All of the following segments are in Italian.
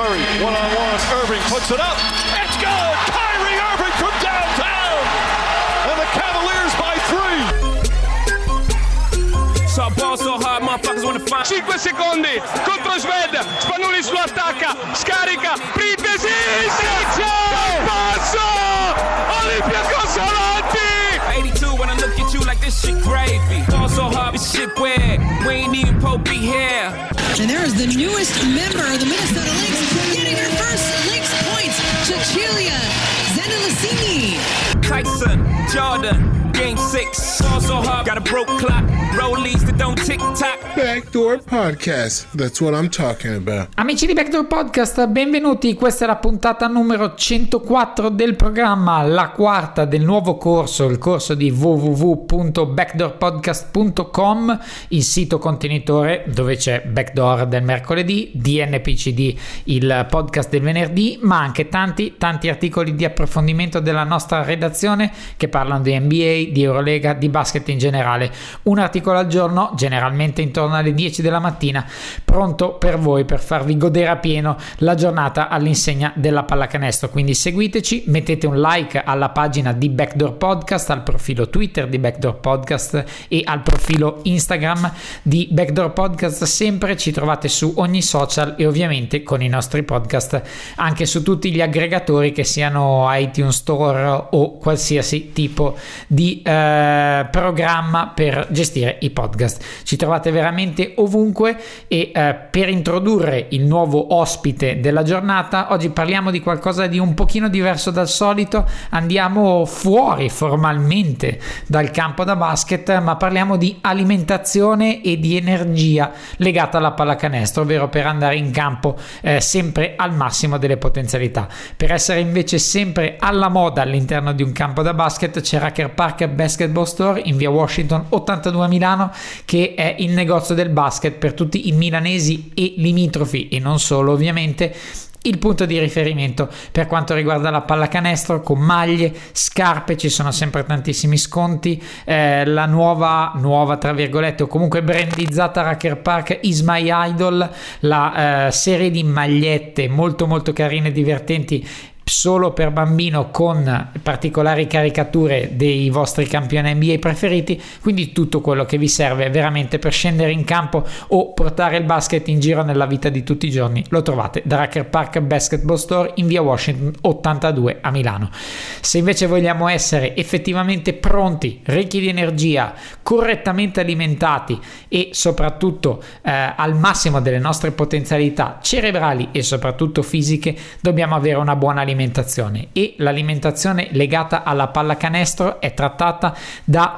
Curry, one-on-one, Irving puts it up, it's good! Kyrie Irving from downtown! And the Cavaliers by 3! So ball so hard, motherfuckers wanna find 5 secondi contro Sved, Spanulis lo attacca, scarica, Printesi, passo, Olympiacos avanti! 82 when I look at you like this shit gravy. Ball so hard, this shit weird, we ain't even Pope be here. And there is the newest member of the Minnesota Lynx getting her first Lynx points, Cecilia Zendelicini. Tyson, Jordan, Game 6, ball so hard, got a broke clock, rollies that don't tick-tock. Backdoor Podcast, that's what I'm talking about. Amici di Backdoor Podcast, benvenuti, questa è la puntata numero 104 del programma, la quarta del nuovo corso, il corso di www.backdoorpodcast.com, il sito contenitore dove c'è Backdoor del mercoledì, DNPCD il podcast del venerdì, ma anche tanti articoli di approfondimento della nostra redazione che parlano di NBA, di Eurolega, di basket in generale, un articolo al giorno, generalmente intorno alle 10 della mattina, pronto per voi per farvi godere a pieno la giornata all'insegna della pallacanestro. Quindi seguiteci, mettete un like alla pagina di Backdoor Podcast, al profilo Twitter di Backdoor Podcast e al profilo Instagram di Backdoor Podcast. Sempre ci trovate su ogni social e ovviamente con i nostri podcast anche su tutti gli aggregatori, che siano iTunes Store o qualsiasi tipo di programma per gestire i podcast. Ci trovate veramente ovunque e per introdurre il nuovo ospite della giornata, oggi parliamo di qualcosa di un pochino diverso dal solito, andiamo fuori formalmente dal campo da basket, ma parliamo di alimentazione e di energia legata alla pallacanestro, ovvero per andare in campo sempre al massimo delle potenzialità. Per essere invece sempre alla moda all'interno di un campo da basket c'è Rucker Park Basketball Store in via Washington 82 a Milano, che è il negozio del basket per tutti i milanesi e limitrofi e non solo, ovviamente il punto di riferimento per quanto riguarda la pallacanestro, con maglie, scarpe, ci sono sempre tantissimi sconti, la nuova tra virgolette o comunque brandizzata Rucker Park Is My Idol, la serie di magliette molto carine e divertenti solo per bambino, con particolari caricature dei vostri campioni NBA preferiti, quindi tutto quello che vi serve veramente per scendere in campo o portare il basket in giro nella vita di tutti i giorni lo trovate da Rucker Park Basketball Store in via Washington 82 a Milano. Se invece vogliamo essere effettivamente pronti, ricchi di energia, correttamente alimentati e soprattutto al massimo delle nostre potenzialità cerebrali e soprattutto fisiche, dobbiamo avere una buona alimentazione, e l'alimentazione legata alla pallacanestro è trattata da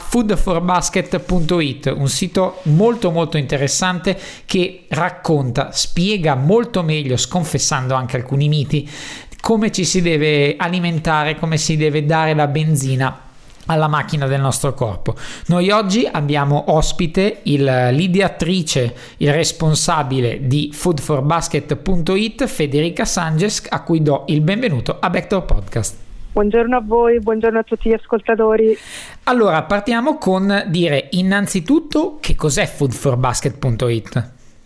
foodforbasket.it, un sito molto interessante che racconta, spiega molto meglio, sconfessando anche alcuni miti, come ci si deve alimentare, come si deve dare la benzina alla macchina del nostro corpo. Noi oggi abbiamo ospite l'ideatrice, il responsabile di foodforbasket.it, Federica Sanges, a cui do il benvenuto a Backdoor Podcast. Buongiorno a voi, buongiorno a tutti gli ascoltatori. Allora, partiamo con dire innanzitutto che cos'è foodforbasket.it.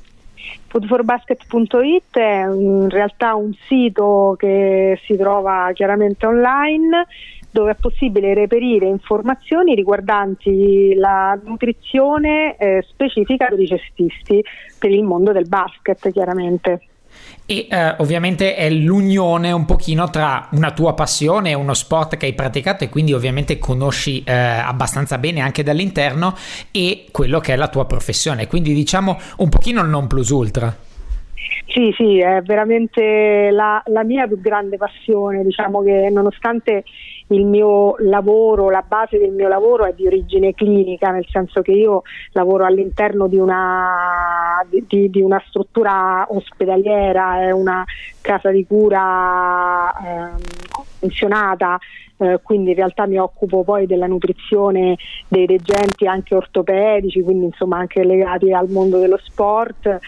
Foodforbasket.it è in realtà un sito che si trova chiaramente online, dove è possibile reperire informazioni riguardanti la nutrizione specifica per i cestisti, per il mondo del basket chiaramente. E ovviamente è l'unione un pochino tra una tua passione, uno sport che hai praticato e quindi ovviamente conosci abbastanza bene anche dall'interno, e quello che è la tua professione, quindi diciamo un pochino il non plus ultra. Sì, è veramente la mia più grande passione. Diciamo che nonostante il mio lavoro, la base del mio lavoro è di origine clinica, nel senso che io lavoro all'interno di una struttura ospedaliera, è una casa di cura convenzionata, quindi in realtà mi occupo poi della nutrizione dei reggenti anche ortopedici, quindi insomma anche legati al mondo dello sport,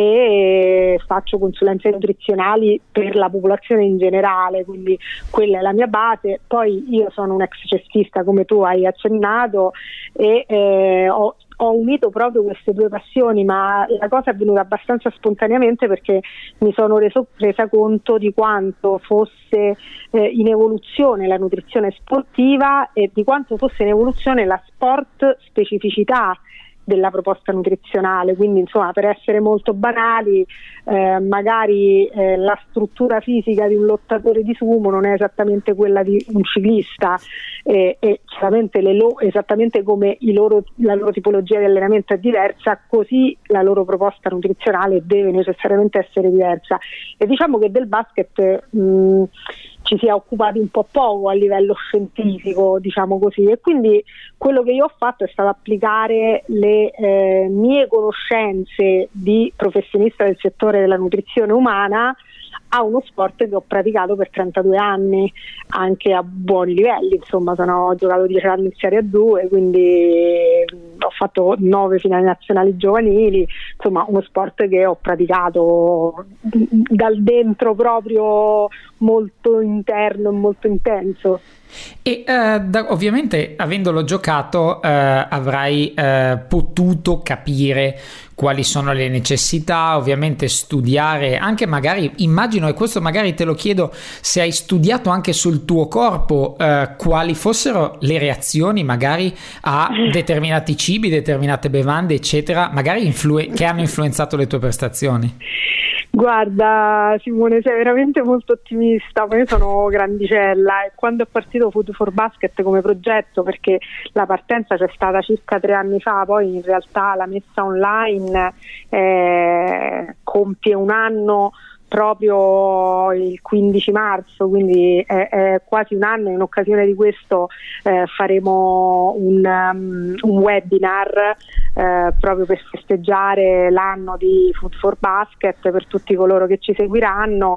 e faccio consulenze nutrizionali per la popolazione in generale, quindi quella è la mia base. Poi io sono un ex cestista, come tu hai accennato, e ho ho unito proprio queste due passioni, ma la cosa è venuta abbastanza spontaneamente perché mi sono resa conto di quanto fosse in evoluzione la nutrizione sportiva e di quanto fosse in evoluzione la sport specificità della proposta nutrizionale. Quindi insomma, per essere molto banali, magari la struttura fisica di un lottatore di sumo non è esattamente quella di un ciclista, e chiaramente esattamente come la loro tipologia di allenamento è diversa, così la loro proposta nutrizionale deve necessariamente essere diversa. E diciamo che del basket ci si è occupati un po' poco a livello scientifico, diciamo così, e quindi quello che io ho fatto è stato applicare le mie conoscenze di professionista del settore della nutrizione umana a uno sport che ho praticato per 32 anni, anche a buoni livelli, insomma ho giocato 10 anni in Serie A2, quindi ho fatto 9 finali nazionali giovanili, insomma uno sport che ho praticato dal dentro proprio, molto interno e molto intenso. E ovviamente avendolo giocato avrai potuto capire quali sono le necessità, ovviamente studiare anche, magari immagino, e questo magari te lo chiedo, se hai studiato anche sul tuo corpo quali fossero le reazioni magari a determinati cibi, determinate bevande eccetera, magari che hanno influenzato le tue prestazioni. Guarda Simone, sei veramente molto ottimista, ma io sono grandicella, e quando è partito Food for Basket come progetto, perché la partenza c'è stata circa 3 anni fa, poi in realtà la messa online compie un anno proprio il 15 marzo, quindi è quasi un anno. In occasione di questo faremo un webinar proprio per festeggiare l'anno di Food for Basket per tutti coloro che ci seguiranno.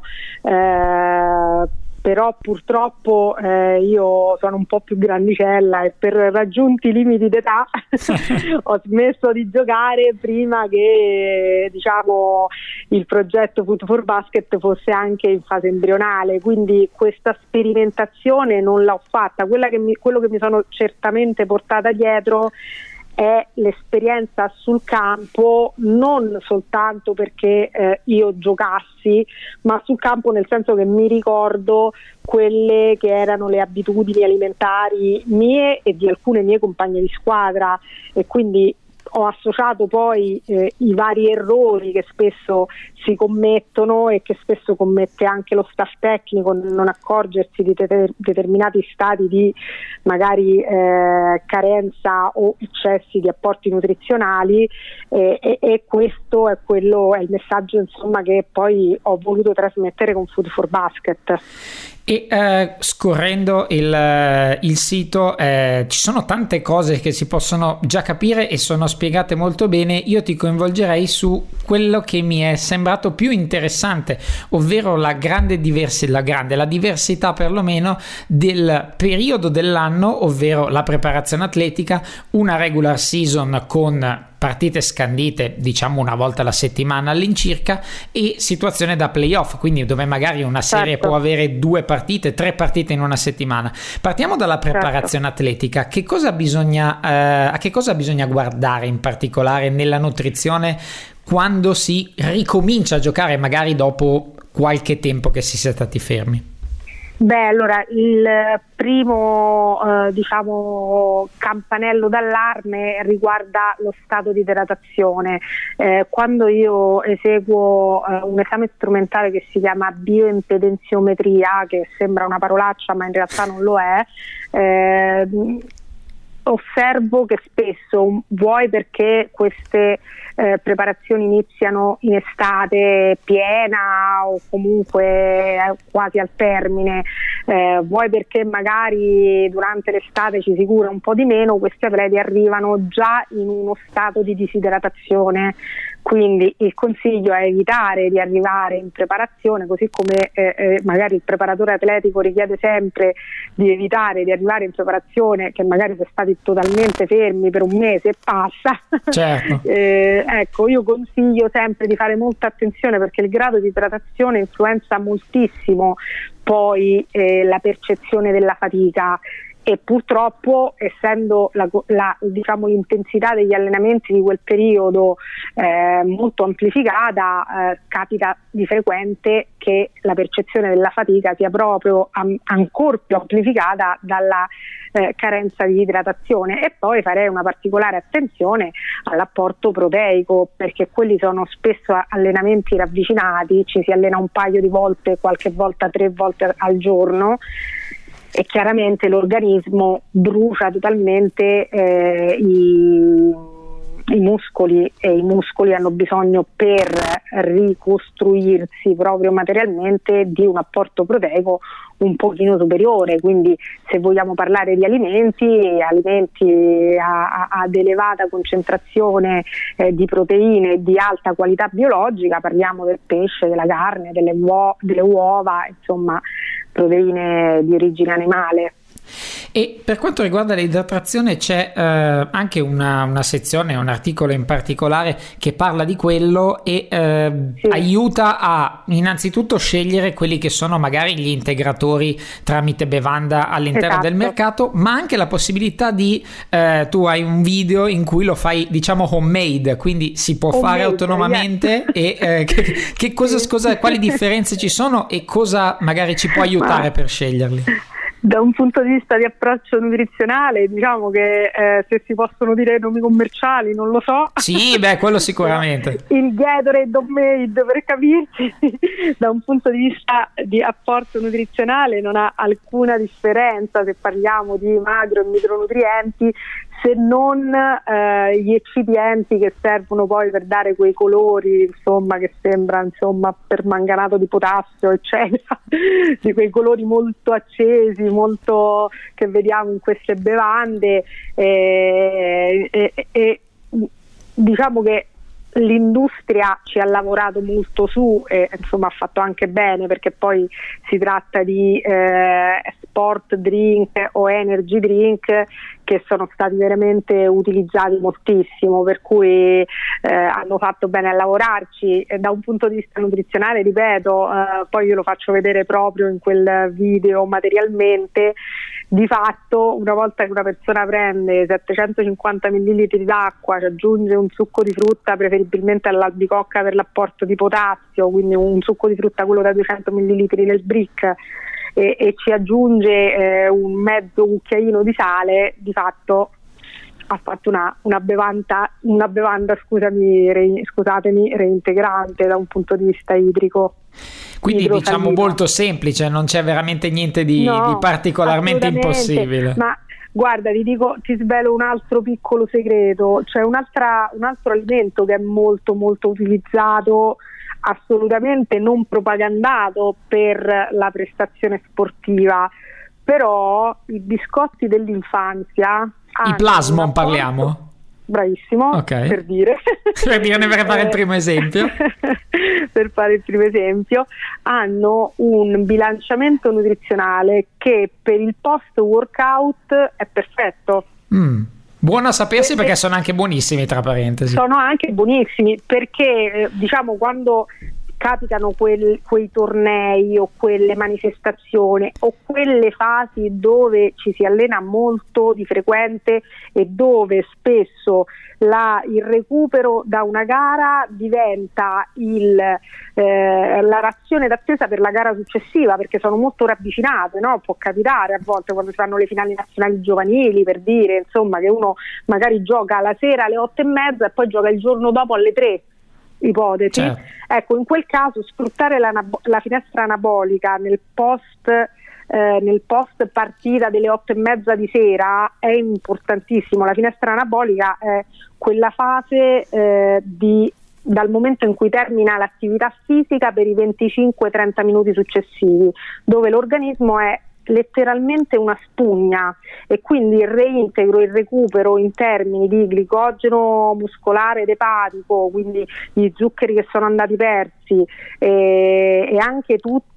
Però purtroppo io sono un po' più grandicella e per raggiunti i limiti d'età ho smesso di giocare prima che il progetto Food for Basket fosse anche in fase embrionale, quindi questa sperimentazione non l'ho fatta. Quello che mi sono certamente portata dietro è l'esperienza sul campo, non soltanto perché io giocassi, ma sul campo nel senso che mi ricordo quelle che erano le abitudini alimentari mie e di alcune mie compagne di squadra, e quindi ho associato poi i vari errori che spesso si commettono e che spesso commette anche lo staff tecnico, non accorgersi di determinati stati di magari carenza o eccessi di apporti nutrizionali, e questo è il messaggio insomma che poi ho voluto trasmettere con Food for Basket. E scorrendo il sito ci sono tante cose che si possono già capire e sono spiegate molto bene. Io ti coinvolgerei su quello che mi è sembrato più interessante, ovvero la diversità perlomeno del periodo dell'anno, ovvero la preparazione atletica, una regular season con partite scandite diciamo una volta alla settimana all'incirca, e situazione da playoff, quindi dove magari una serie può avere 2 partite, 3 partite in una settimana. Partiamo dalla preparazione atletica. A che cosa bisogna guardare in particolare nella nutrizione quando si ricomincia a giocare, magari dopo qualche tempo che si sia stati fermi? Beh, allora il primo campanello d'allarme riguarda lo stato di idratazione. Quando io eseguo un esame strumentale che si chiama bioimpedenziometria, che sembra una parolaccia ma in realtà non lo è, osservo che spesso, vuoi perché queste preparazioni iniziano in estate piena o comunque quasi al termine, vuoi perché magari durante l'estate ci si cura un po' di meno, questi atleti arrivano già in uno stato di disidratazione. Quindi il consiglio è evitare di arrivare in preparazione, così come magari il preparatore atletico richiede sempre di evitare di arrivare in preparazione che magari si è stati totalmente fermi per un mese e passa. Certo. Ecco, io consiglio sempre di fare molta attenzione, perché il grado di idratazione influenza moltissimo poi la percezione della fatica, e purtroppo, essendo diciamo, l'intensità degli allenamenti di quel periodo molto amplificata, capita di frequente che la percezione della fatica sia proprio ancora più amplificata dalla carenza di idratazione. E poi farei una particolare attenzione all'apporto proteico, perché quelli sono spesso allenamenti ravvicinati, ci si allena un paio di volte, qualche volta 3 volte al giorno, e chiaramente l'organismo brucia totalmente i muscoli, e i muscoli hanno bisogno, per ricostruirsi proprio materialmente, di un apporto proteico un pochino superiore. Quindi se vogliamo parlare di alimenti ad elevata concentrazione di proteine di alta qualità biologica, parliamo del pesce, della carne, delle uova, insomma proteine di origine animale. E per quanto riguarda l'idratazione c'è anche una sezione, un articolo in particolare che parla di quello e sì, aiuta a innanzitutto scegliere quelli che sono magari gli integratori tramite bevanda all'interno esatto. del mercato, ma anche la possibilità di tu hai un video in cui lo fai, diciamo, homemade, quindi si può fare autonomamente, yeah. E quali differenze ci sono e cosa magari ci può aiutare per sceglierli? Da un punto di vista di approccio nutrizionale, diciamo che se si possono dire nomi commerciali non lo so. Sì, beh, quello sicuramente. Il Gatorade homemade, per capirci, da un punto di vista di apporto nutrizionale non ha alcuna differenza se parliamo di macro e micronutrienti, se non gli eccipienti che servono poi per dare quei colori, insomma, che sembra, insomma, permanganato di potassio, eccetera, di quei colori molto accesi, molto, che vediamo in queste bevande, e diciamo che l'industria ci ha lavorato molto su, e insomma ha fatto anche bene, perché poi si tratta di sport drink o energy drink che sono stati veramente utilizzati moltissimo, per cui hanno fatto bene a lavorarci. Da un punto di vista nutrizionale, ripeto, poi io lo faccio vedere proprio in quel video materialmente. Di fatto, una volta che una persona prende 750 ml d'acqua, ci aggiunge un succo di frutta, preferibilmente all'albicocca per l'apporto di potassio, quindi un succo di frutta, quello da 200 ml del brick, e ci aggiunge un mezzo cucchiaino di sale, di fatto ha fatto una bevanda scusatemi, reintegrante da un punto di vista idrico. Quindi diciamo molto semplice, non c'è veramente niente di particolarmente impossibile. Ma guarda, ti svelo un altro piccolo segreto. C'è un altro alimento che è molto molto utilizzato, assolutamente non propagandato per la prestazione sportiva, però i biscotti dell'infanzia, i Plasmon parliamo? Bravissimo, okay. Per dire per fare il primo esempio per fare il primo esempio, hanno un bilanciamento nutrizionale che per il post workout è perfetto. Buono a sapersi, perché sono anche buonissimi, tra parentesi. Sono anche buonissimi perché diciamo, quando capitano quei tornei o quelle manifestazioni o quelle fasi dove ci si allena molto di frequente e dove spesso il recupero da una gara diventa la razione d'attesa per la gara successiva, perché sono molto ravvicinate, no? Può capitare a volte quando si fanno le finali nazionali giovanili, per dire, insomma, che uno magari gioca la sera alle 8:30 e poi gioca il giorno dopo alle 3. Ipotesi. Certo. Ecco, in quel caso sfruttare la finestra anabolica nel post partita delle 8:30 di sera è importantissimo. La finestra anabolica è quella fase dal momento in cui termina l'attività fisica per i 25-30 minuti successivi, dove l'organismo è letteralmente una spugna, e quindi il reintegro, il recupero in termini di glicogeno muscolare ed epatico, quindi gli zuccheri che sono andati persi, e anche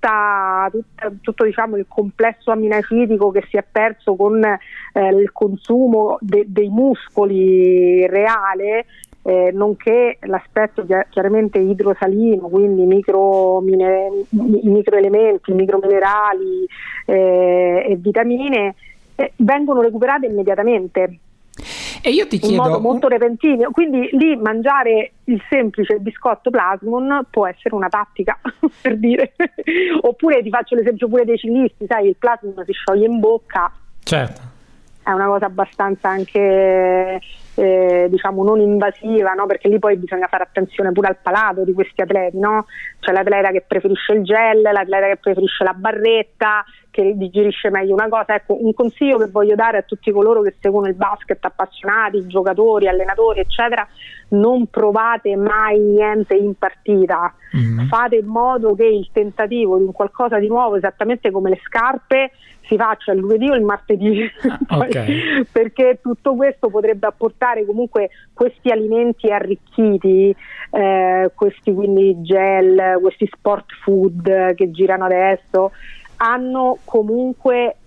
tutto diciamo il complesso aminoacidico che si è perso con il consumo dei muscoli reale, nonché l'aspetto chiaramente idrosalino, quindi microelementi, microminerali e vitamine, vengono recuperate immediatamente. E io ti chiedo, in modo molto repentino, quindi lì mangiare il semplice biscotto Plasmon può essere una tattica per dire. Oppure ti faccio l'esempio pure dei ciclisti, sai, il Plasmon si scioglie in bocca, certo, è una cosa abbastanza anche diciamo non invasiva, no? Perché lì poi bisogna fare attenzione pure al palato di questi atleti, no? C'è l'atleta che preferisce il gel, l'atleta che preferisce la barretta, che digerisce meglio una cosa. Ecco, un consiglio che voglio dare a tutti coloro che seguono il basket, appassionati, giocatori, allenatori eccetera: non provate mai niente in partita, fate in modo che il tentativo di un qualcosa di nuovo, esattamente come le scarpe, si faccia il lunedì o il martedì. Okay. Perché tutto questo potrebbe apportare comunque questi alimenti arricchiti, questi quindi gel, questi sport food che girano adesso, hanno comunque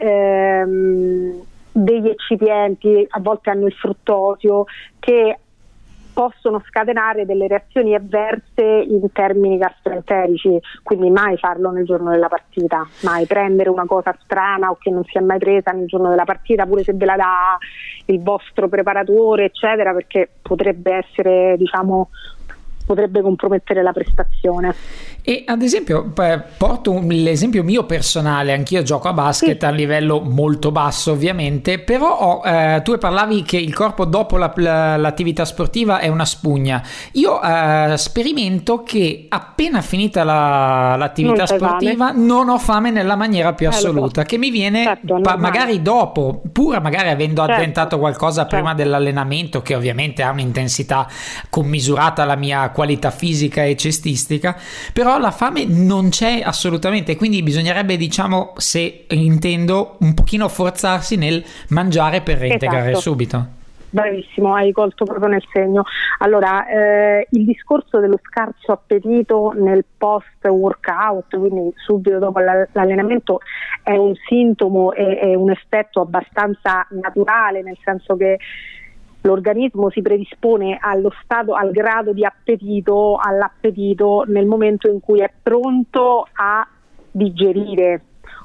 degli eccipienti, a volte hanno il fruttosio, che possono scatenare delle reazioni avverse in termini gastroenterici, quindi mai farlo nel giorno della partita, mai prendere una cosa strana o che non si è mai presa nel giorno della partita, pure se ve la dà il vostro preparatore eccetera, perché potrebbe essere, diciamo, potrebbe compromettere la prestazione. E ad esempio porto l'esempio mio personale, anch'io gioco a basket a livello molto basso ovviamente, però tu parlavi che il corpo dopo l'attività sportiva è una spugna. Io sperimento che appena finita l'attività sportiva non ho fame nella maniera più assoluta, che mi viene magari dopo, pur magari avendo addentato qualcosa prima dell'allenamento, che ovviamente ha un'intensità commisurata alla mia qualità fisica e cestistica, però la fame non c'è assolutamente, quindi bisognerebbe, diciamo, se intendo, un pochino forzarsi nel mangiare per reintegrare subito. Bravissimo, hai colto proprio nel segno. Allora, il discorso dello scarso appetito nel post workout, quindi subito dopo l'allenamento, è un sintomo e è un effetto abbastanza naturale, nel senso che l'organismo si predispone allo stato, al grado di appetito, all'appetito nel momento in cui è pronto a digerire.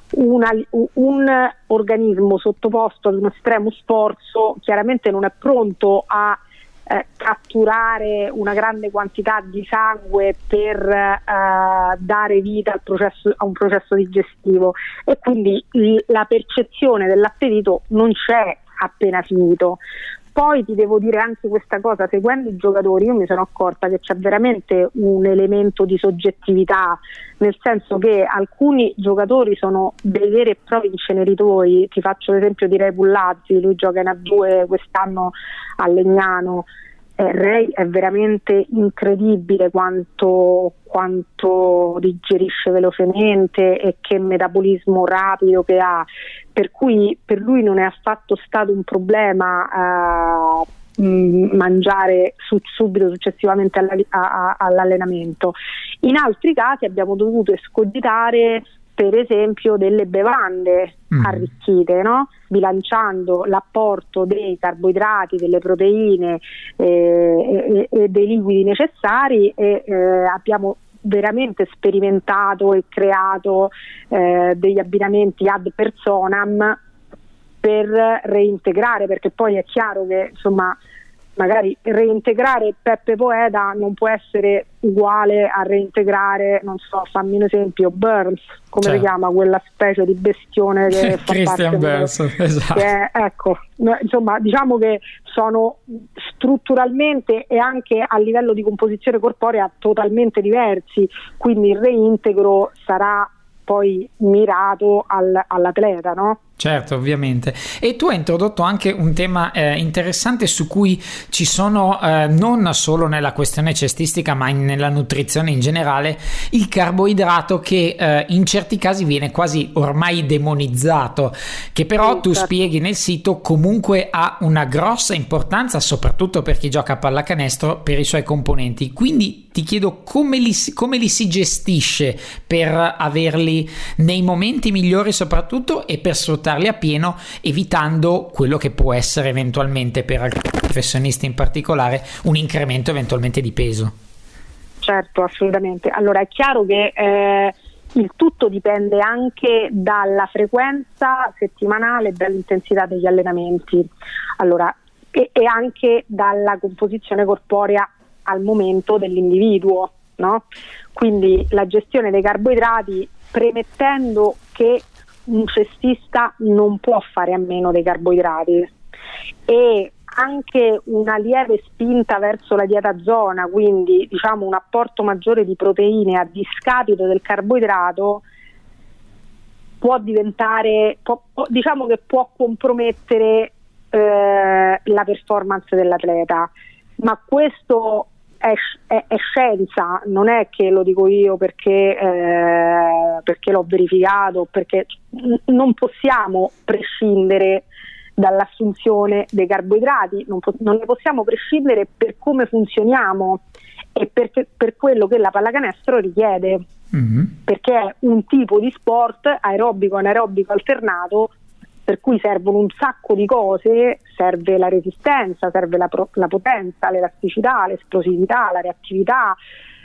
Un organismo sottoposto ad un estremo sforzo chiaramente non è pronto a catturare una grande quantità di sangue per dare vita a un processo digestivo, e quindi la percezione dell'appetito non c'è appena finito. Poi ti devo dire anche questa cosa: seguendo i giocatori io mi sono accorta che c'è veramente un elemento di soggettività, nel senso che alcuni giocatori sono dei veri e propri inceneritori. Ti faccio l'esempio di Ray Pullazzi, lui gioca in A2 quest'anno a Legnano. Ray è veramente incredibile quanto digerisce velocemente e che metabolismo rapido che ha, per cui per lui non è affatto stato un problema mangiare subito successivamente all'allenamento. In altri casi abbiamo dovuto escogitare per esempio delle bevande arricchite, no? Bilanciando l'apporto dei carboidrati, delle proteine e dei liquidi necessari, e abbiamo veramente sperimentato e creato degli abbinamenti ad personam per reintegrare, perché poi è chiaro che insomma magari reintegrare Peppe Poeta non può essere uguale a reintegrare, non so, fammi un esempio, Burns, come si chiama quella specie di bestione che fa Christian Burns, esatto. Ecco, insomma, diciamo che sono strutturalmente e anche a livello di composizione corporea totalmente diversi, quindi il reintegro sarà poi mirato all'atleta, no? Certo, ovviamente. E tu hai introdotto anche un tema interessante su cui ci sono, non solo nella questione cestistica ma nella nutrizione in generale, il carboidrato che in certi casi viene quasi ormai demonizzato, che però tu spieghi nel sito comunque ha una grossa importanza, soprattutto per chi gioca a pallacanestro, per i suoi componenti. Quindi ti chiedo come li si gestisce per averli nei momenti migliori soprattutto e per sfruttarli a pieno, evitando quello che può essere eventualmente, per alcuni professionisti in particolare, un incremento eventualmente di peso. Certo, assolutamente. Allora è chiaro che il tutto dipende anche dalla frequenza settimanale e dall'intensità degli allenamenti, allora, e anche dalla composizione corporea al momento dell'individuo, no? Quindi la gestione dei carboidrati, premettendo che un cestista non può fare a meno dei carboidrati, e anche una lieve spinta verso la dieta zona, quindi diciamo un apporto maggiore di proteine a discapito del carboidrato, può diventare, diciamo che può compromettere la performance dell'atleta, ma questo è scienza, non è che lo dico io perché l'ho verificato, perché non possiamo prescindere dall'assunzione dei carboidrati, non ne possiamo prescindere per come funzioniamo e per quello che la pallacanestro richiede, perché è un tipo di sport aerobico, anaerobico alternato, per cui servono un sacco di cose, serve la resistenza, serve la potenza, l'elasticità, l'esplosività, la reattività,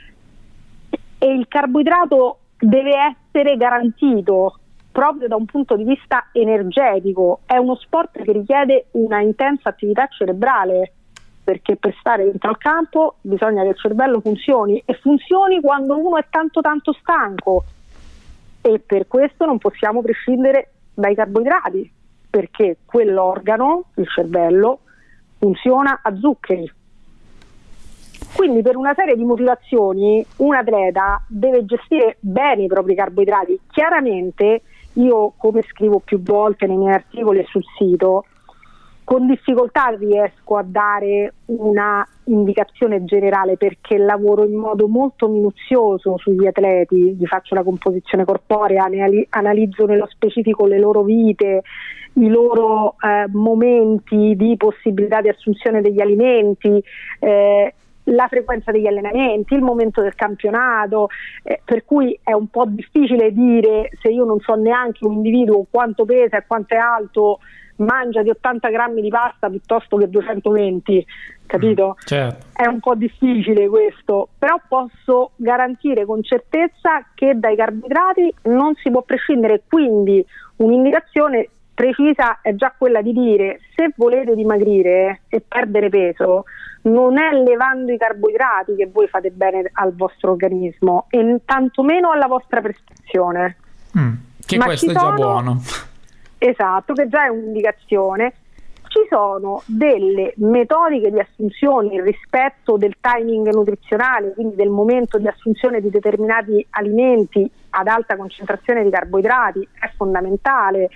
e il carboidrato deve essere garantito proprio da un punto di vista energetico. È uno sport che richiede una intensa attività cerebrale, perché per stare dentro al campo bisogna che il cervello funzioni, e funzioni quando uno è tanto stanco, e per questo non possiamo prescindere dai carboidrati, perché quell'organo, il cervello, funziona a zuccheri. Quindi per una serie di motivazioni un atleta deve gestire bene i propri carboidrati. Chiaramente io, come scrivo più volte nei miei articoli e sul sito, con difficoltà riesco a dare una indicazione generale, perché lavoro in modo molto minuzioso sugli atleti, gli faccio la composizione corporea, analizzo nello specifico le loro vite, i loro momenti di possibilità di assunzione degli alimenti, la frequenza degli allenamenti, il momento del campionato, per cui è un po' difficile dire, se io non so neanche un individuo quanto pesa e quanto è alto, mangia di 80 grammi di pasta piuttosto che 220, capito? Certo. È un po' difficile questo, però posso garantire con certezza che dai carboidrati non si può prescindere, quindi un'indicazione precisa è già quella di dire: se volete dimagrire e perdere peso, non è levando i carboidrati che voi fate bene al vostro organismo, e tantomeno alla vostra prestazione. Che ma questo è già buono. Esatto, che già è un'indicazione. Ci sono delle metodiche di assunzione rispetto del timing nutrizionale, quindi del momento di assunzione di determinati alimenti ad alta concentrazione di carboidrati. È fondamentale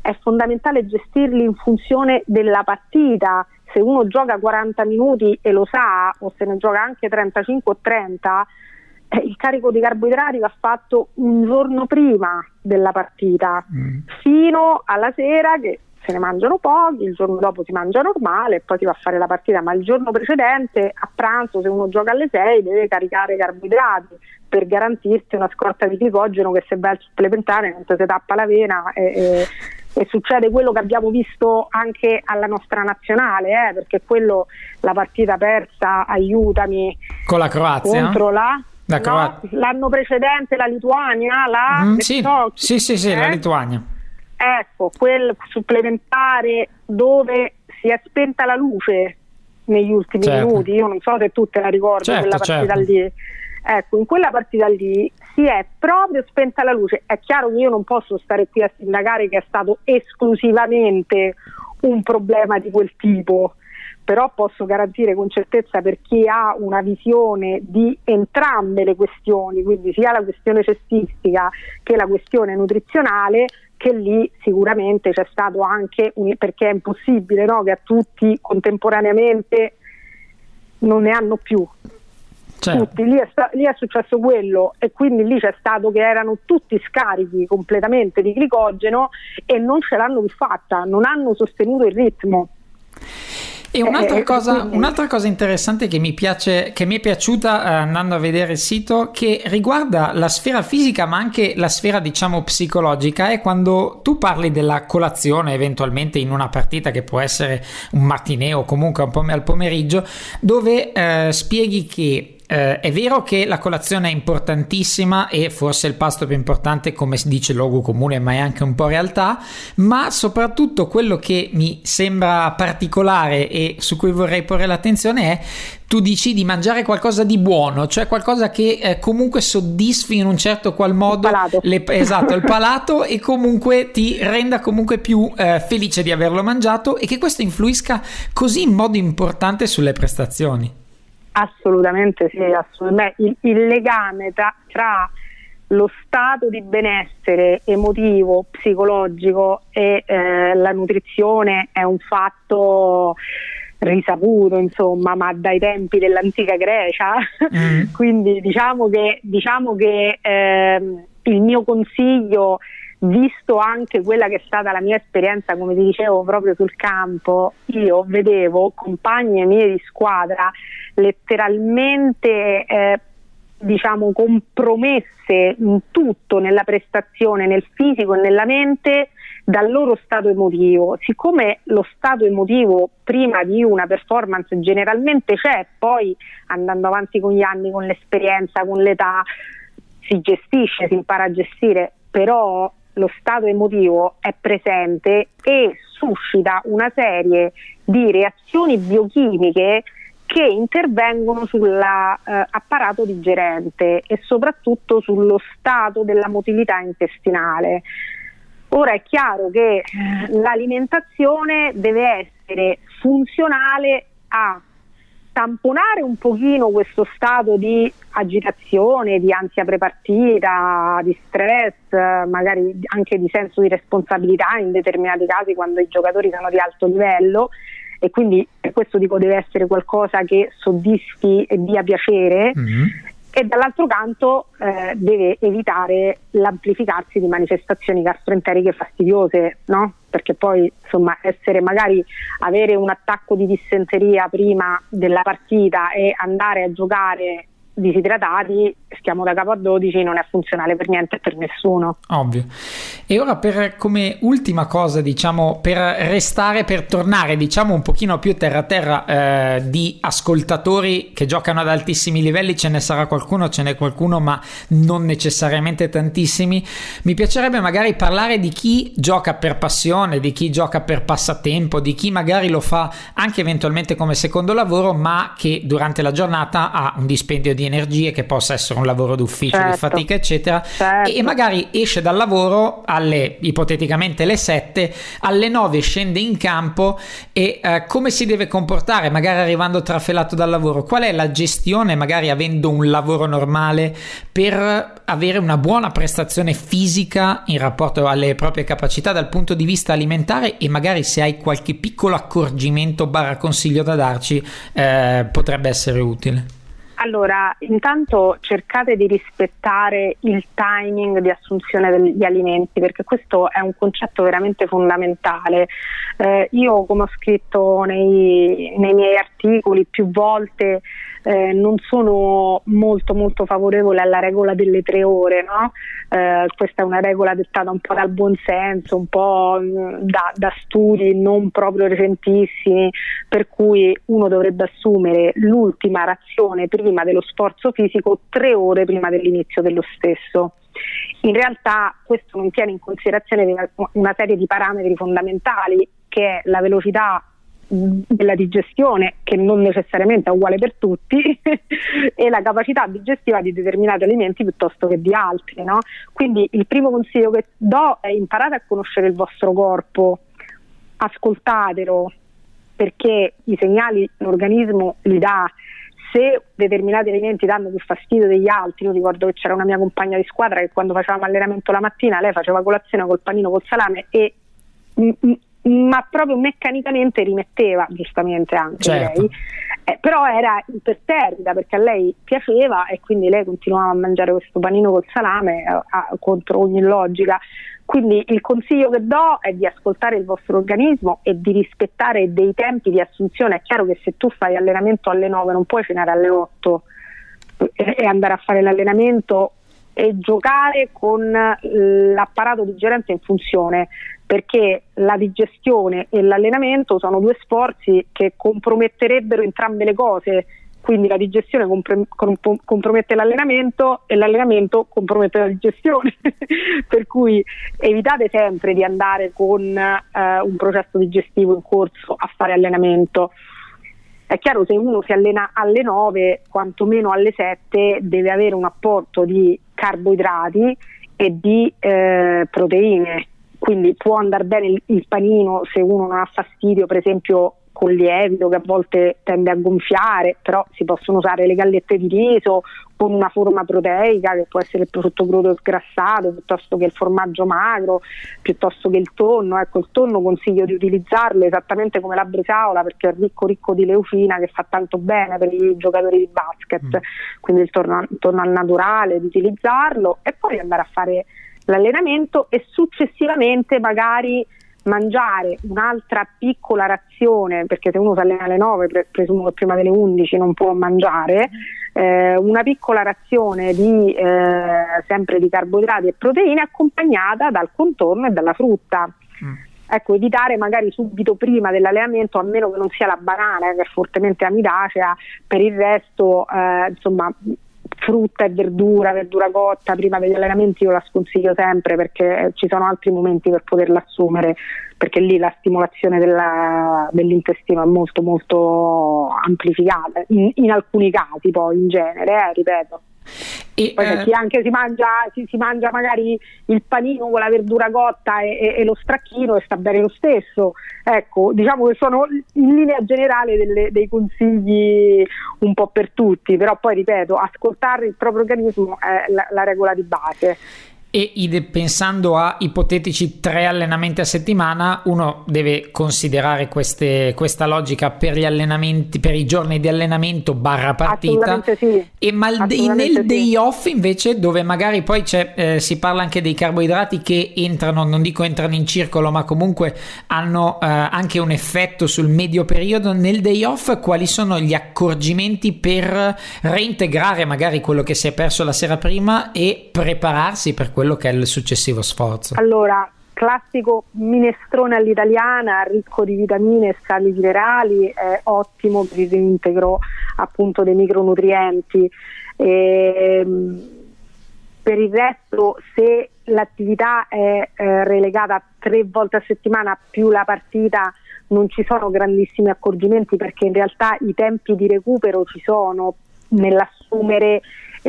gestirli in funzione della partita. Se uno gioca 40 minuti e lo sa, o se ne gioca anche 35 o 30, il carico di carboidrati va fatto un giorno prima della partita, fino alla sera che se ne mangiano pochi, il giorno dopo si mangia normale e poi si va a fare la partita, ma il giorno precedente, a pranzo, se uno gioca alle 6, deve caricare carboidrati per garantirsi una scorta di glicogeno, che se vai al supplementare non si tappa la vena e succede quello che abbiamo visto anche alla nostra nazionale, perché quello, la partita persa, aiutami, con la Croazia contro l'anno precedente la Lituania, sì, la Lituania, ecco, quel supplementare dove si è spenta la luce negli ultimi minuti. Io non so se tu te la ricordi, quella partita lì. Ecco, in quella partita lì si è proprio spenta la luce. È chiaro che io non posso stare qui a sindacare che è stato esclusivamente un problema di quel tipo, però posso garantire con certezza, per chi ha una visione di entrambe le questioni, quindi sia la questione cestistica che la questione nutrizionale, che lì sicuramente c'è stato anche perché è impossibile, no, che a tutti contemporaneamente non ne hanno più. Certo. Tutti, lì è successo quello, e quindi lì c'è stato che erano tutti scarichi completamente di glicogeno e non ce l'hanno più fatta, non hanno sostenuto il ritmo. E un'altra cosa interessante che mi è piaciuta andando a vedere il sito, che riguarda la sfera fisica ma anche la sfera, diciamo, psicologica, è quando tu parli della colazione eventualmente in una partita, che può essere un mattineo o comunque un po' al pomeriggio, dove spieghi che è vero che la colazione è importantissima e forse il pasto più importante, come si dice luogo comune, ma è anche un po' realtà, ma soprattutto quello che mi sembra particolare e su cui vorrei porre l'attenzione è: tu dici di mangiare qualcosa di buono, cioè qualcosa che comunque soddisfi in un certo qual modo il palato e comunque ti renda comunque più felice di averlo mangiato, e che questo influisca così in modo importante sulle prestazioni. Assolutamente sì, assolutamente. Il legame tra lo stato di benessere emotivo, psicologico e la nutrizione è un fatto risaputo, insomma, ma dai tempi dell'antica Grecia. Quindi diciamo che il mio consiglio, visto anche quella che è stata la mia esperienza, come ti dicevo, proprio sul campo, io vedevo compagne mie di squadra letteralmente compromesse in tutto, nella prestazione, nel fisico e nella mente, dal loro stato emotivo. Siccome lo stato emotivo prima di una performance generalmente c'è, poi andando avanti con gli anni, con l'esperienza, con l'età, si gestisce, si impara a gestire, però lo stato emotivo è presente e suscita una serie di reazioni biochimiche che intervengono sull'apparato digerente e soprattutto sullo stato della motilità intestinale. Ora è chiaro che l'alimentazione deve essere funzionale a tamponare un pochino questo stato di agitazione, di ansia prepartita, di stress, magari anche di senso di responsabilità in determinati casi quando i giocatori sono di alto livello, e quindi per questo dico deve essere qualcosa che soddisfi e dia piacere. E dall'altro canto deve evitare l'amplificarsi di manifestazioni gastroenteriche fastidiose, no? Perché poi insomma avere un attacco di dissenteria prima della partita e andare a giocare disidratati, stiamo da capo a 12, non è funzionale per niente e per nessuno. Ovvio. E ora, per come ultima cosa, diciamo, per tornare diciamo un pochino più terra a terra, di ascoltatori che giocano ad altissimi livelli, ce n'è qualcuno, ma non necessariamente tantissimi. Mi piacerebbe magari parlare di chi gioca per passione, di chi gioca per passatempo, di chi magari lo fa anche eventualmente come secondo lavoro, ma che durante la giornata ha un dispendio di energie, che possa essere un lavoro d'ufficio, di fatica eccetera, e magari esce dal lavoro ipoteticamente alle 7, alle 9 scende in campo e come si deve comportare magari arrivando trafelato dal lavoro? Qual è la gestione, magari avendo un lavoro normale, per avere una buona prestazione fisica in rapporto alle proprie capacità dal punto di vista alimentare? E magari se hai qualche piccolo accorgimento / consiglio da darci, potrebbe essere utile. Allora, intanto cercate di rispettare il timing di assunzione degli alimenti, perché questo è un concetto veramente fondamentale. Io, come ho scritto nei miei articoli più volte, non sono molto molto favorevole alla regola delle 3 ore, no? Questa è una regola dettata un po' dal buonsenso, un po' da studi non proprio recentissimi, per cui uno dovrebbe assumere l'ultima razione prima dello sforzo fisico 3 ore prima dell'inizio dello stesso. In realtà questo non tiene in considerazione una serie di parametri fondamentali, che è la velocità della digestione, che non necessariamente è uguale per tutti, e la capacità digestiva di determinati alimenti piuttosto che di altri, no? Quindi il primo consiglio che do è: imparate a conoscere il vostro corpo, ascoltatelo, perché i segnali l'organismo li dà. Se determinati alimenti danno più fastidio degli altri, io ricordo che c'era una mia compagna di squadra che quando facevamo allenamento la mattina lei faceva colazione col panino col salame e ma proprio meccanicamente rimetteva, giustamente anche certo. Lei, però era imperterrita perché a lei piaceva e quindi lei continuava a mangiare questo panino col salame contro ogni logica. Quindi il consiglio che do è di ascoltare il vostro organismo e di rispettare dei tempi di assunzione. È chiaro che se tu fai allenamento alle 9 non puoi cenare alle 8 e andare a fare l'allenamento e giocare con l'apparato digerente in funzione, perché la digestione e l'allenamento sono 2 sforzi che comprometterebbero entrambe le cose, quindi la digestione compromette l'allenamento e l'allenamento compromette la digestione per cui evitate sempre di andare con un processo digestivo in corso a fare allenamento. È chiaro, se uno si allena alle 9, quantomeno alle 7 deve avere un apporto di carboidrati e di proteine, quindi può andare bene il panino se uno non ha fastidio, per esempio con lievito che a volte tende a gonfiare, però si possono usare le gallette di riso con una forma proteica che può essere il prosciutto crudo sgrassato piuttosto che il formaggio magro, piuttosto che il tonno. Ecco, il tonno consiglio di utilizzarlo esattamente come la bresaola, perché è ricco di leucina, che fa tanto bene per i giocatori di basket, quindi il tonno al naturale, di utilizzarlo e poi andare a fare l'allenamento e successivamente magari mangiare un'altra piccola razione, perché se uno si allena alle 9 presumo che prima delle 11 non può mangiare, una piccola razione di sempre di carboidrati e proteine accompagnata dal contorno e dalla frutta. Ecco, evitare magari subito prima dell'allenamento, a meno che non sia la banana che è fortemente amidacea. Per il resto insomma frutta e verdura cotta prima degli allenamenti io la sconsiglio sempre, perché ci sono altri momenti per poterla assumere, perché lì la stimolazione dell'intestino è molto molto amplificata in alcuni casi, poi in genere ripeto. E poi per chi anche si mangia magari il panino con la verdura cotta e lo stracchino e sta bene lo stesso. Ecco, diciamo che sono in linea generale dei consigli un po' per tutti, però poi ripeto, ascoltare il proprio organismo è la regola di base. E pensando a ipotetici 3 allenamenti a settimana, uno deve considerare questa logica per gli allenamenti, per i giorni di allenamento / partita. Sì. E nel day off invece, dove magari poi si parla anche dei carboidrati che entrano in circolo, ma comunque hanno anche un effetto sul medio periodo. Nel day off quali sono gli accorgimenti per reintegrare magari quello che si è perso la sera prima e prepararsi per quello che è il successivo sforzo? Allora, classico minestrone all'italiana, ricco di vitamine e sali minerali, è ottimo per il reintegro appunto dei micronutrienti. Per il resto, se l'attività è relegata 3 volte a settimana più la partita, non ci sono grandissimi accorgimenti, perché in realtà i tempi di recupero ci sono nell'assumere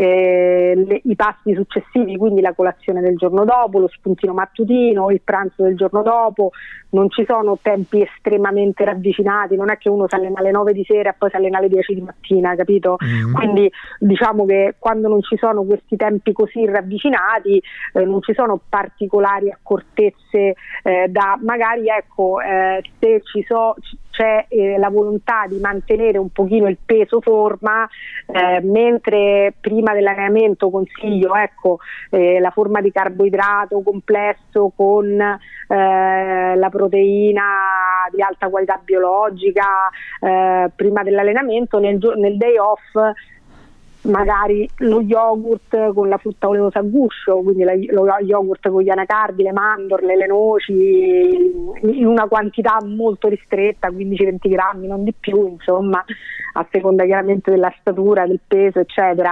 i pasti successivi, quindi la colazione del giorno dopo, lo spuntino mattutino, il pranzo del giorno dopo. Non ci sono tempi estremamente ravvicinati, non è che uno si allena alle 9 di sera e poi si allena alle 10 di mattina, capito? Quindi diciamo che quando non ci sono questi tempi così ravvicinati non ci sono particolari accortezze da magari, ecco, se c'è la volontà di mantenere un pochino il peso forma, mentre prima dell'allenamento consiglio, ecco, la forma di carboidrato complesso con la proteina di alta qualità biologica prima dell'allenamento. Nel day off magari lo yogurt con la frutta oleosa a guscio, quindi lo yogurt con gli anacardi, le mandorle, le noci, in una quantità molto ristretta, 15-20 grammi, non di più, insomma, a seconda chiaramente della statura, del peso, eccetera.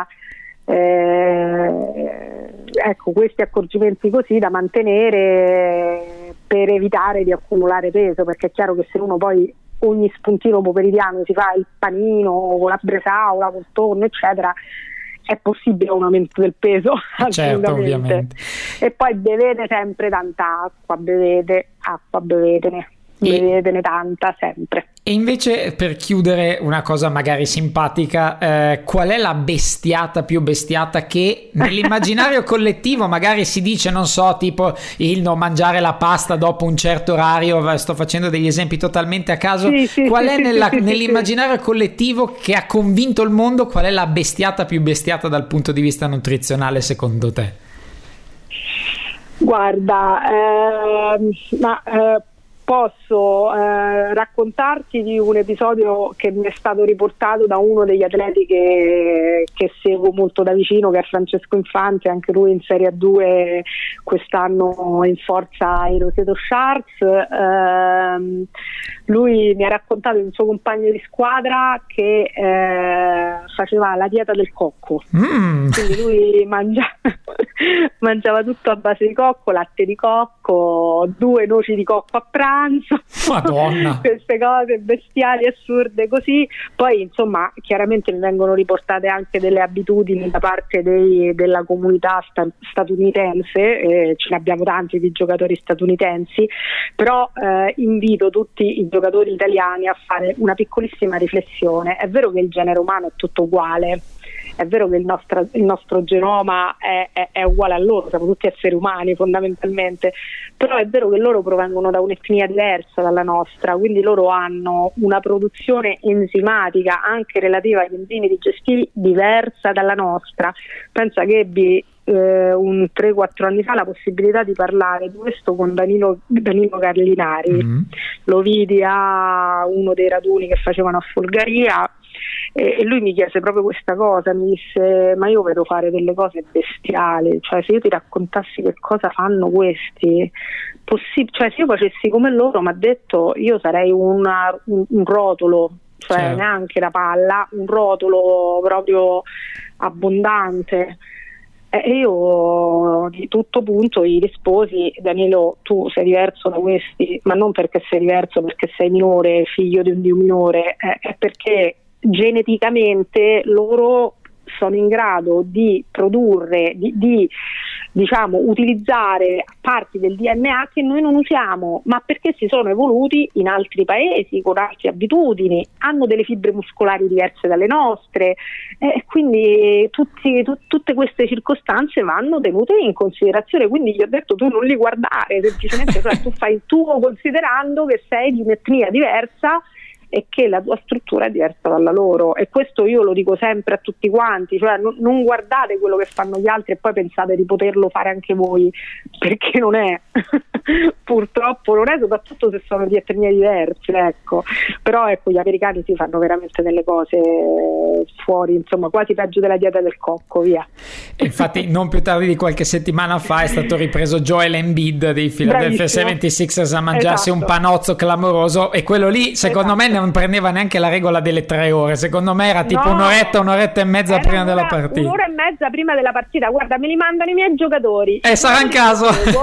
Ecco, questi accorgimenti così da mantenere per evitare di accumulare peso, perché è chiaro che se uno poi ogni spuntino pomeridiano si fa il panino con la bresaola, col tonno, eccetera, è possibile un aumento del peso. Certo, ovviamente. E poi bevete sempre tanta acqua, bevetene tanta sempre. E invece, per chiudere, una cosa magari simpatica, qual è la bestiata più bestiata che nell'immaginario collettivo magari si dice, non so, tipo il non mangiare la pasta dopo un certo orario? Sto facendo degli esempi totalmente a caso. Qual è nell'immaginario collettivo che ha convinto il mondo, qual è la bestiata più bestiata dal punto di vista nutrizionale secondo te? Guarda, posso raccontarti di un episodio che mi è stato riportato da uno degli atleti che seguo molto da vicino, che è Francesco Infante, anche lui in Serie A2 quest'anno in forza ai Roseto Sharks. Lui mi ha raccontato di un suo compagno di squadra che faceva la dieta del cocco, quindi lui mangiava tutto a base di cocco, latte di cocco, 2 noci di cocco a pranzo. Madonna. Queste cose bestiali, assurde così. Poi insomma chiaramente mi vengono riportate anche delle abitudini da parte della comunità statunitense, ce ne abbiamo tanti di giocatori statunitensi, però invito tutti i giocatori italiani a fare una piccolissima riflessione. È vero che il genere umano è tutto uguale, è vero che il nostro genoma è uguale a loro, siamo tutti esseri umani fondamentalmente, però è vero che loro provengono da un'etnia diversa dalla nostra, quindi loro hanno una produzione enzimatica anche relativa agli enzimi digestivi diversa dalla nostra. Pensa che ebbi un 3-4 anni fa la possibilità di parlare di questo con Danilo Carlinari. Lo vidi a uno dei raduni che facevano a Folgaria e lui mi chiese proprio questa cosa, mi disse: ma io vedo fare delle cose bestiali, cioè se io ti raccontassi che cosa fanno questi, cioè se io facessi come loro, mi ha detto, io sarei un rotolo, cioè certo, neanche la palla, un rotolo proprio abbondante. E io di tutto punto gli risposi: Danilo, tu sei diverso da questi, ma non perché sei diverso, perché sei minore, figlio di un dio minore, è perché geneticamente loro sono in grado di produrre, di diciamo utilizzare parti del DNA che noi non usiamo, ma perché si sono evoluti in altri paesi con altre abitudini, hanno delle fibre muscolari diverse dalle nostre, quindi tutte queste circostanze vanno tenute in considerazione. Quindi gli ho detto: tu non li guardare, semplicemente cioè, tu fai il tuo considerando che sei di un'etnia diversa e che la tua struttura è diversa dalla loro, e questo io lo dico sempre a tutti quanti, cioè non guardate quello che fanno gli altri e poi pensate di poterlo fare anche voi, perché non è purtroppo non è, soprattutto se sono di etnie diverse, ecco. Però ecco, gli americani si fanno veramente delle cose fuori, insomma, quasi peggio della dieta del cocco, via. Infatti non più tardi di qualche settimana fa è stato ripreso Joel Embiid dei Philadelphia 76ers a mangiarsi un panozzo clamoroso, e quello lì secondo me non prendeva neanche la regola delle 3 ore, secondo me era tipo un'oretta e mezza prima della partita. Un'ora e mezza prima della partita, guarda, me li mandano i miei giocatori. Sarà in caso.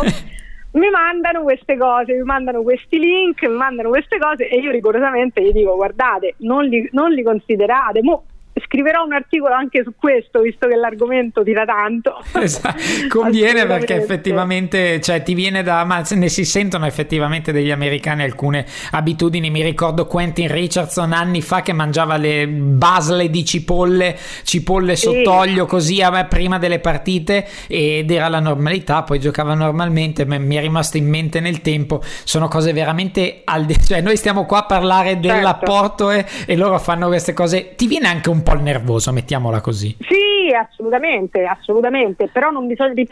Mi mandano queste cose, mi mandano questi link, mi mandano queste cose e io rigorosamente gli dico: guardate, non li considerate. Scriverò un articolo anche su questo, visto che l'argomento tira tanto. Esatto. Conviene, perché effettivamente, cioè, ti viene ma ne si sentono effettivamente degli americani alcune abitudini. Mi ricordo Quentin Richardson anni fa che mangiava le basle di cipolle sott'olio così prima delle partite, ed era la normalità, poi giocava normalmente. Mi è rimasto in mente nel tempo, sono cose veramente cioè noi stiamo qua a parlare dell'apporto e loro fanno queste cose, ti viene anche un po' il nervoso, mettiamola così. Sì, assolutamente, però non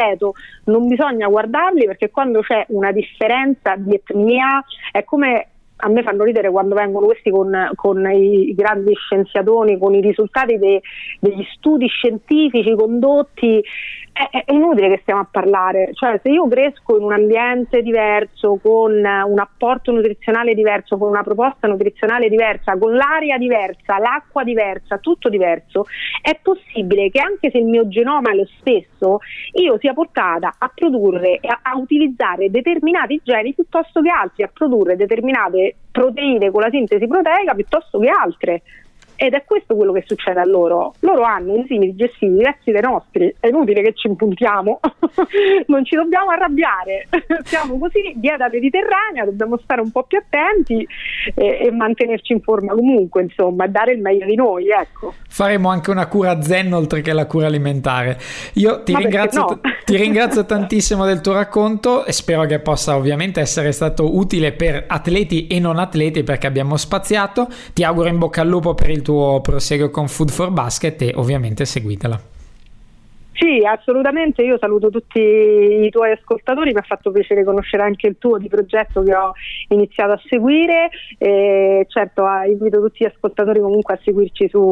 bisogna guardarli, perché quando c'è una differenza di etnia è come, a me fanno ridere quando vengono questi con i grandi scienziatoni, con i risultati degli studi scientifici condotti. È inutile che stiamo a parlare, cioè se io cresco in un ambiente diverso, con un apporto nutrizionale diverso, con una proposta nutrizionale diversa, con l'aria diversa, l'acqua diversa, tutto diverso, è possibile che anche se il mio genoma è lo stesso, io sia portata a produrre e a utilizzare determinati geni piuttosto che altri, a produrre determinate proteine con la sintesi proteica piuttosto che altre. Ed è questo quello che succede a loro. Loro hanno enzimi digestivi diversi dai nostri, è inutile che ci impuntiamo, non ci dobbiamo arrabbiare, siamo così, dieta mediterranea, dobbiamo stare un po' più attenti e mantenerci in forma comunque, insomma, dare il meglio di noi, ecco. Faremo anche una cura zen oltre che la cura alimentare. Io ti ringrazio tantissimo del tuo racconto e spero che possa ovviamente essere stato utile per atleti e non atleti, perché abbiamo spaziato. Ti auguro in bocca al lupo per il tuo proseguo con Food for Basket e ovviamente seguitela. Sì, assolutamente, io saluto tutti i tuoi ascoltatori, mi ha fatto piacere conoscere anche il tuo di progetto che ho iniziato a seguire, e certo invito tutti gli ascoltatori comunque a seguirci su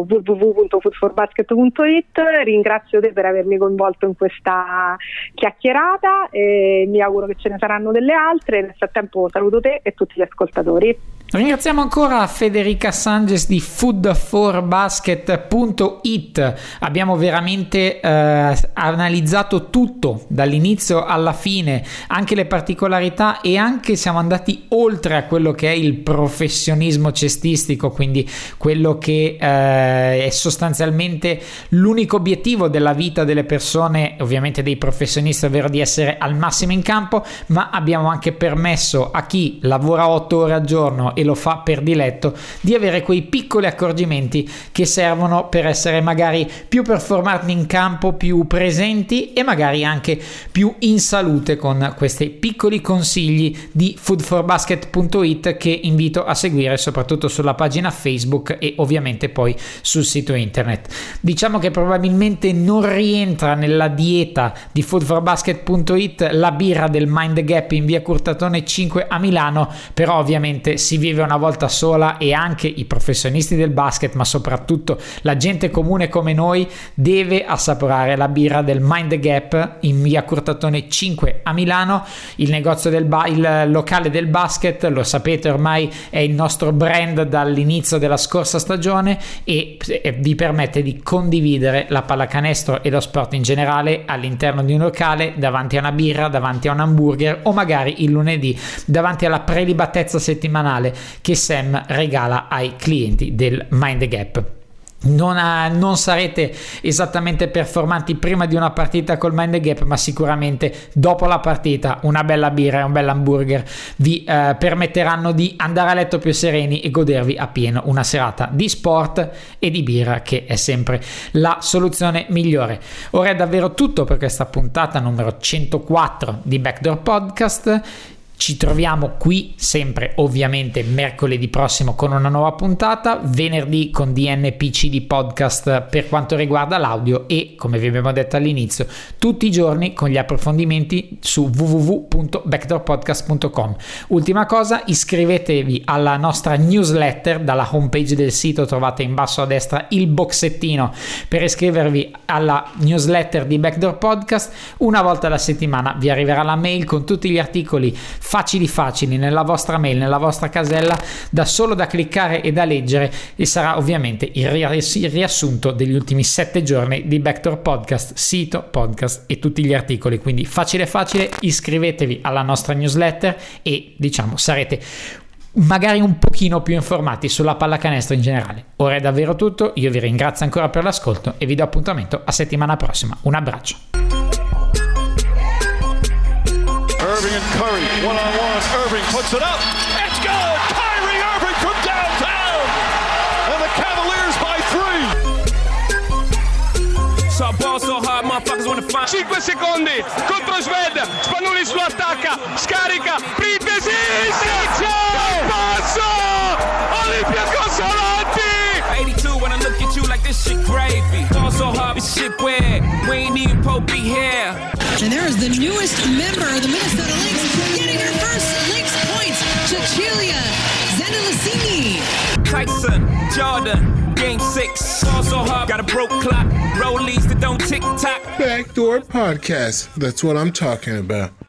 www.foodforbasket.it. Ringrazio te per avermi coinvolto in questa chiacchierata e mi auguro che ce ne saranno delle altre. Nel frattempo saluto te e tutti gli ascoltatori. Ringraziamo ancora Federica Sanges di foodforbasket.it. Abbiamo veramente analizzato tutto dall'inizio alla fine, anche le particolarità, e anche siamo andati oltre a quello che è il professionismo cestistico, quindi quello che è sostanzialmente l'unico obiettivo della vita delle persone, ovviamente dei professionisti, ovvero di essere al massimo in campo, ma abbiamo anche permesso a chi lavora 8 ore al giorno e lo fa per diletto di avere quei piccoli accorgimenti che servono per essere magari più performanti in campo, più presenti e magari anche più in salute, con questi piccoli consigli di foodforbasket.it che invito a seguire soprattutto sulla pagina Facebook e ovviamente poi sul sito internet. Diciamo che probabilmente non rientra nella dieta di foodforbasket.it la birra del Mind the Gap in via Curtatone 5 a Milano, però ovviamente si vive una volta sola e anche i professionisti del basket, ma soprattutto la gente comune come noi, deve assaporare la birra del Mind the Gap in via Curtatone 5 a Milano. Il negozio il locale del basket, lo sapete ormai, è il nostro brand dall'inizio della scorsa stagione e vi permette di condividere la pallacanestro e lo sport in generale all'interno di un locale, davanti a una birra, davanti a un hamburger o magari il lunedì davanti alla prelibatezza settimanale che Sam regala ai clienti del Mind the Gap. Non sarete esattamente performanti prima di una partita col Mind the Gap, ma sicuramente dopo la partita una bella birra e un bel hamburger vi permetteranno di andare a letto più sereni e godervi appieno una serata di sport e di birra, che è sempre la soluzione migliore. Ora è davvero tutto per questa puntata numero 104 di Backdoor Podcast. Ci troviamo qui sempre ovviamente mercoledì prossimo con una nuova puntata, venerdì con DNPCD Podcast per quanto riguarda l'audio e, come vi abbiamo detto all'inizio, tutti i giorni con gli approfondimenti su www.backdoorpodcast.com. Ultima cosa, iscrivetevi alla nostra newsletter. Dalla homepage del sito trovate in basso a destra il boxettino per iscrivervi alla newsletter di Backdoor Podcast. Una volta alla settimana vi arriverà la mail con tutti gli articoli facili nella vostra mail, nella vostra casella, solo da cliccare e da leggere, e sarà ovviamente il riassunto degli ultimi 7 giorni di Backdoor Podcast, sito, podcast e tutti gli articoli. Quindi facile, iscrivetevi alla nostra newsletter e sarete magari un pochino più informati sulla pallacanestro in generale. Ora è davvero tutto, io vi ringrazio ancora per l'ascolto e vi do appuntamento a settimana prossima. Un abbraccio. Irving and Curry, one-on-one. Irving puts it up. It's good! Kyrie Irving from downtown! And the Cavaliers by 3. So ball so hard, motherfuckers wanna find 5 secondi contro Sved, Spanulis lo attacca, scarica, Printesi, passo, Olympiacos avanti! 82 when I look at you like this shit gravy. Ball so hard, this shit weird. We ain't even Pope be here. And there is the newest member of the Minnesota Lynx getting her first Lynx points, Cecilia Zendelicini. Tyson, Jordan, game 6. Ball so hard, got a broke clock. Rollies that don't tick tock. Backdoor Podcast. That's what I'm talking about.